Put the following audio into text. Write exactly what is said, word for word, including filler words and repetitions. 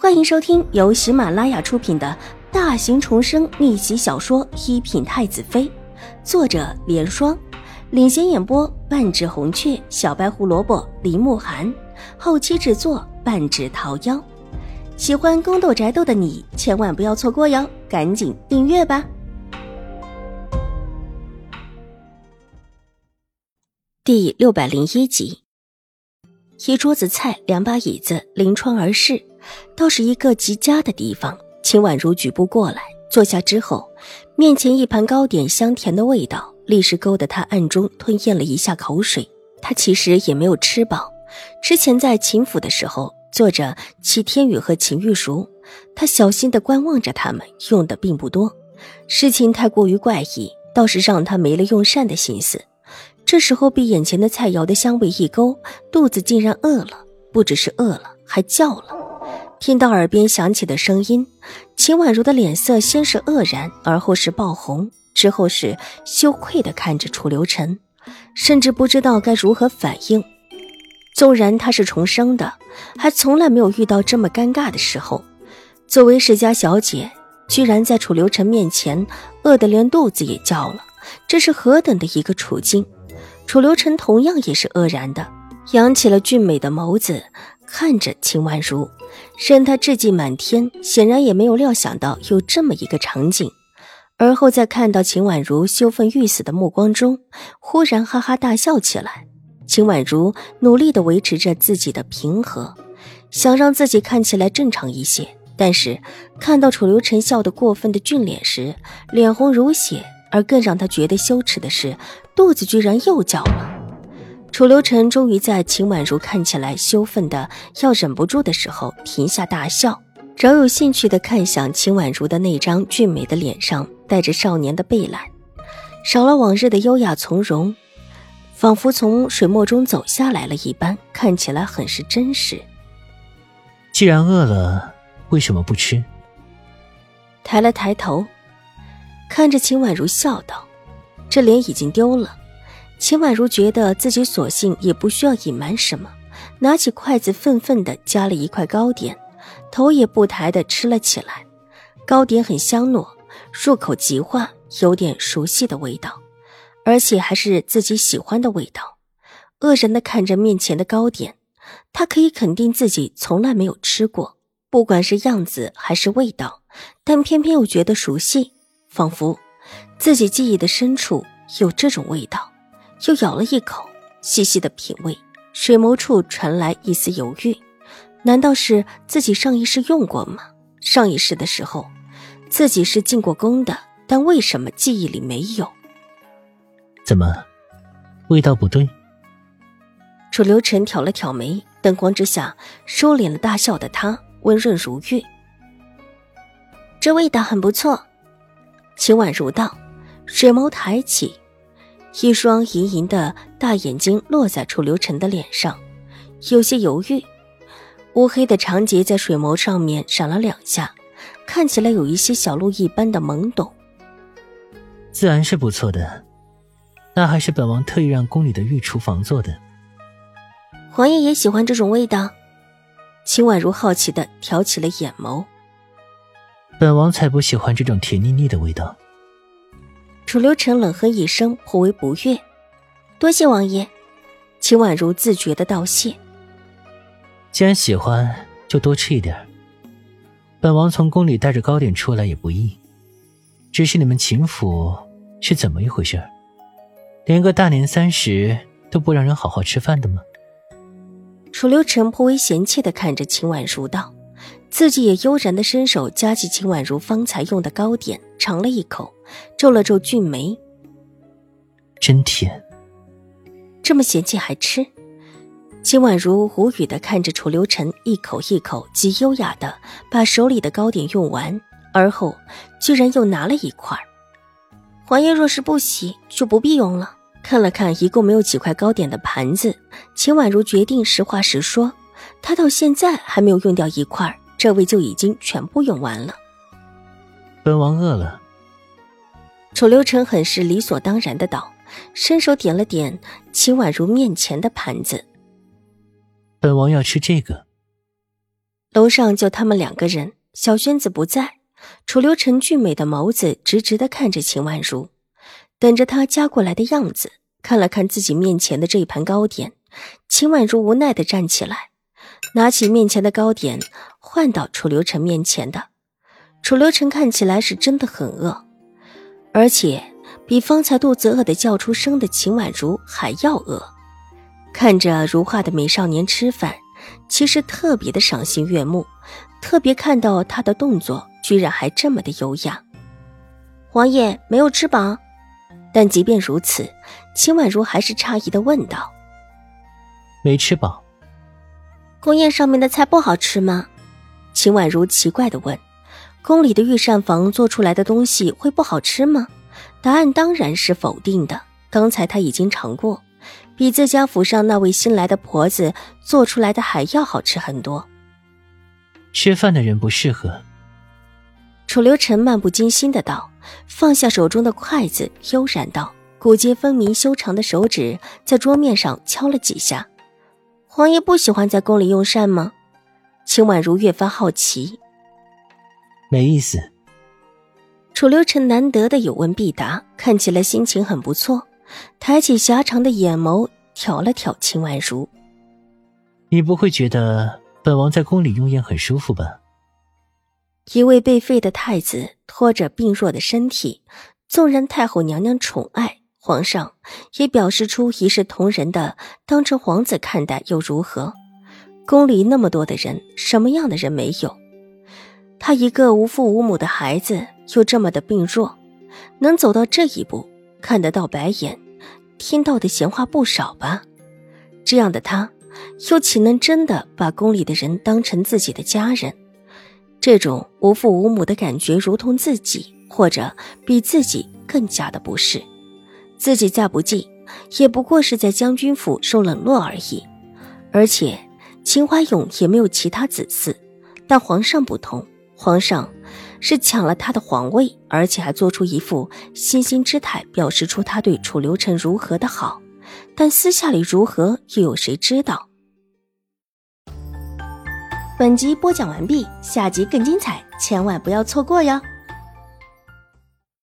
欢迎收听由喜马拉雅出品的大型重生逆袭小说《一品太子妃》，作者莲霜，领衔演播半指红雀、小白胡萝卜、林慕寒，后期制作半指桃夭。喜欢宫斗宅斗的你千万不要错过哟，赶紧订阅吧。第六百零一集。一桌子菜，两把椅子临窗而视，倒是一个极佳的地方。秦婉如举步过来，坐下之后，面前一盘糕点香甜的味道立时勾得她暗中吞咽了一下口水。她其实也没有吃饱，之前在秦府的时候坐着齐天宇和秦玉茹，她小心地观望着他们，用的并不多。事情太过于怪异，倒是让她没了用膳的心思。这时候被眼前的菜肴的香味一勾，肚子竟然饿了，不只是饿了，还叫了。听到耳边响起的声音，秦婉如的脸色先是愕然，而后是爆红，之后是羞愧地看着楚留臣，甚至不知道该如何反应。纵然她是重生的，还从来没有遇到这么尴尬的时候。作为世家小姐，居然在楚留臣面前饿得连肚子也叫了，这是何等的一个处境。楚留臣同样也是愕然的，扬起了俊美的眸子看着秦婉如，任他志气满天，显然也没有料想到有这么一个场景。而后在看到秦婉如羞愤欲死的目光中，忽然哈哈大笑起来。秦婉如努力地维持着自己的平和，想让自己看起来正常一些，但是看到楚留臣笑得过分的俊脸时，脸红如血。而更让他觉得羞耻的是，肚子居然又叫了。楚留臣终于在秦婉如看起来羞愤的要忍不住的时候停下大笑，饶有兴趣地看向秦婉如的那张俊美的脸上带着少年的惫懒，少了往日的优雅从容，仿佛从水墨中走下来了一般，看起来很是真实。 既然饿了，为什么不吃？ 抬了抬头看着秦婉如笑道，这脸已经丢了。秦婉如觉得自己索性也不需要隐瞒什么，拿起筷子愤愤地夹了一块糕点，头也不抬地吃了起来。糕点很香糯，入口即化，有点熟悉的味道，而且还是自己喜欢的味道。愕然地看着面前的糕点，她可以肯定自己从来没有吃过，不管是样子还是味道，但偏偏又觉得熟悉，仿佛自己记忆的深处有这种味道。又咬了一口，细细的品味，水眸处传来一丝犹豫。难道是自己上一世用过吗？上一世的时候自己是进过宫的，但为什么记忆里没有？ 怎么，味道不对？ 楚留臣挑了挑眉，灯光之下收敛了大笑的他温润如玉。这味道很不错。秦婉如道，水眸抬起，一双盈盈的大眼睛落在楚留臣的脸上，有些犹豫。乌黑的长睫在水眸上面闪了两下，看起来有一些小鹿一般的懵懂。 自然是不错的，那还是本王特意让宫里的御厨房做的。 皇爷也喜欢这种味道？秦婉如好奇地挑起了眼眸。 本王才不喜欢这种甜腻腻的味道。 楚留臣冷哼一声，颇为不悦。多谢王爷。秦婉如自觉地道谢。 既然喜欢，就多吃一点。本王从宫里带着糕点出来也不易，只是你们秦府是怎么一回事？连个大年三十都不让人好好吃饭的吗？ 楚留臣颇为嫌弃地看着秦婉如道，自己也悠然地伸手夹起秦婉如方才用的糕点，尝了一口，皱了皱俊眉。 真甜。 这么嫌弃还吃？秦婉如无语地看着楚留臣一口一口极优雅地把手里的糕点用完，而后居然又拿了一块。皇爷若是不喜，就不必用了。看了看一共没有几块糕点的盘子，秦婉如决定实话实说，她到现在还没有用掉一块，这位就已经全部用完了。 本王饿了。 楚留臣很是理所当然的道，伸手点了点秦婉如面前的盘子。 本王要吃这个。 楼上就他们两个人，小轩子不在，楚留臣俊美的眸子直直地看着秦婉如，等着他夹过来的样子。看了看自己面前的这一盘糕点，秦婉如无奈地站起来，拿起面前的糕点换到楚留臣面前的。楚留臣看起来是真的很饿，而且比方才肚子饿得叫出声的秦婉如还要饿。看着如画的美少年吃饭，其实特别的赏心悦目，特别看到他的动作居然还这么的优雅。王爷没有吃饱？但即便如此，秦婉如还是诧异地问道： 没吃饱？ 宫宴上面的菜不好吃吗？秦婉如奇怪地问。宫里的御膳房做出来的东西会不好吃吗？答案当然是否定的。刚才他已经尝过，比自家府上那位新来的婆子做出来的还要好吃很多。 吃饭的人不适合。 楚留臣漫不经心的道，放下手中的筷子，悠然道，骨节分明修长的手指在桌面上敲了几下。皇爷不喜欢在宫里用膳吗？秦婉如越发好奇。 没意思。 楚留臣难得的有问必答，看起来心情很不错，抬起狭长的眼眸挑了挑秦婉如。 你不会觉得本王在宫里用宴很舒服吧？ 一位被废的太子拖着病弱的身体，纵然太后娘娘宠爱，皇上也表示出一视同仁的当成皇子看待又如何？宫里那么多的人，什么样的人没有？他一个无父无母的孩子，又这么的病弱，能走到这一步，看得到白眼，听到的闲话不少吧？这样的他，又岂能真的把宫里的人当成自己的家人？这种无父无母的感觉如同自己，或者比自己更加的不是。自己再不济，也不过是在将军府受冷落而已。而且秦怀勇也没有其他子嗣，但皇上不同，皇上是抢了他的皇位，而且还做出一副惺惺之态，表示出他对楚留臣如何的好，但私下里如何又有谁知道？本集播讲完毕，下集更精彩，千万不要错过哟。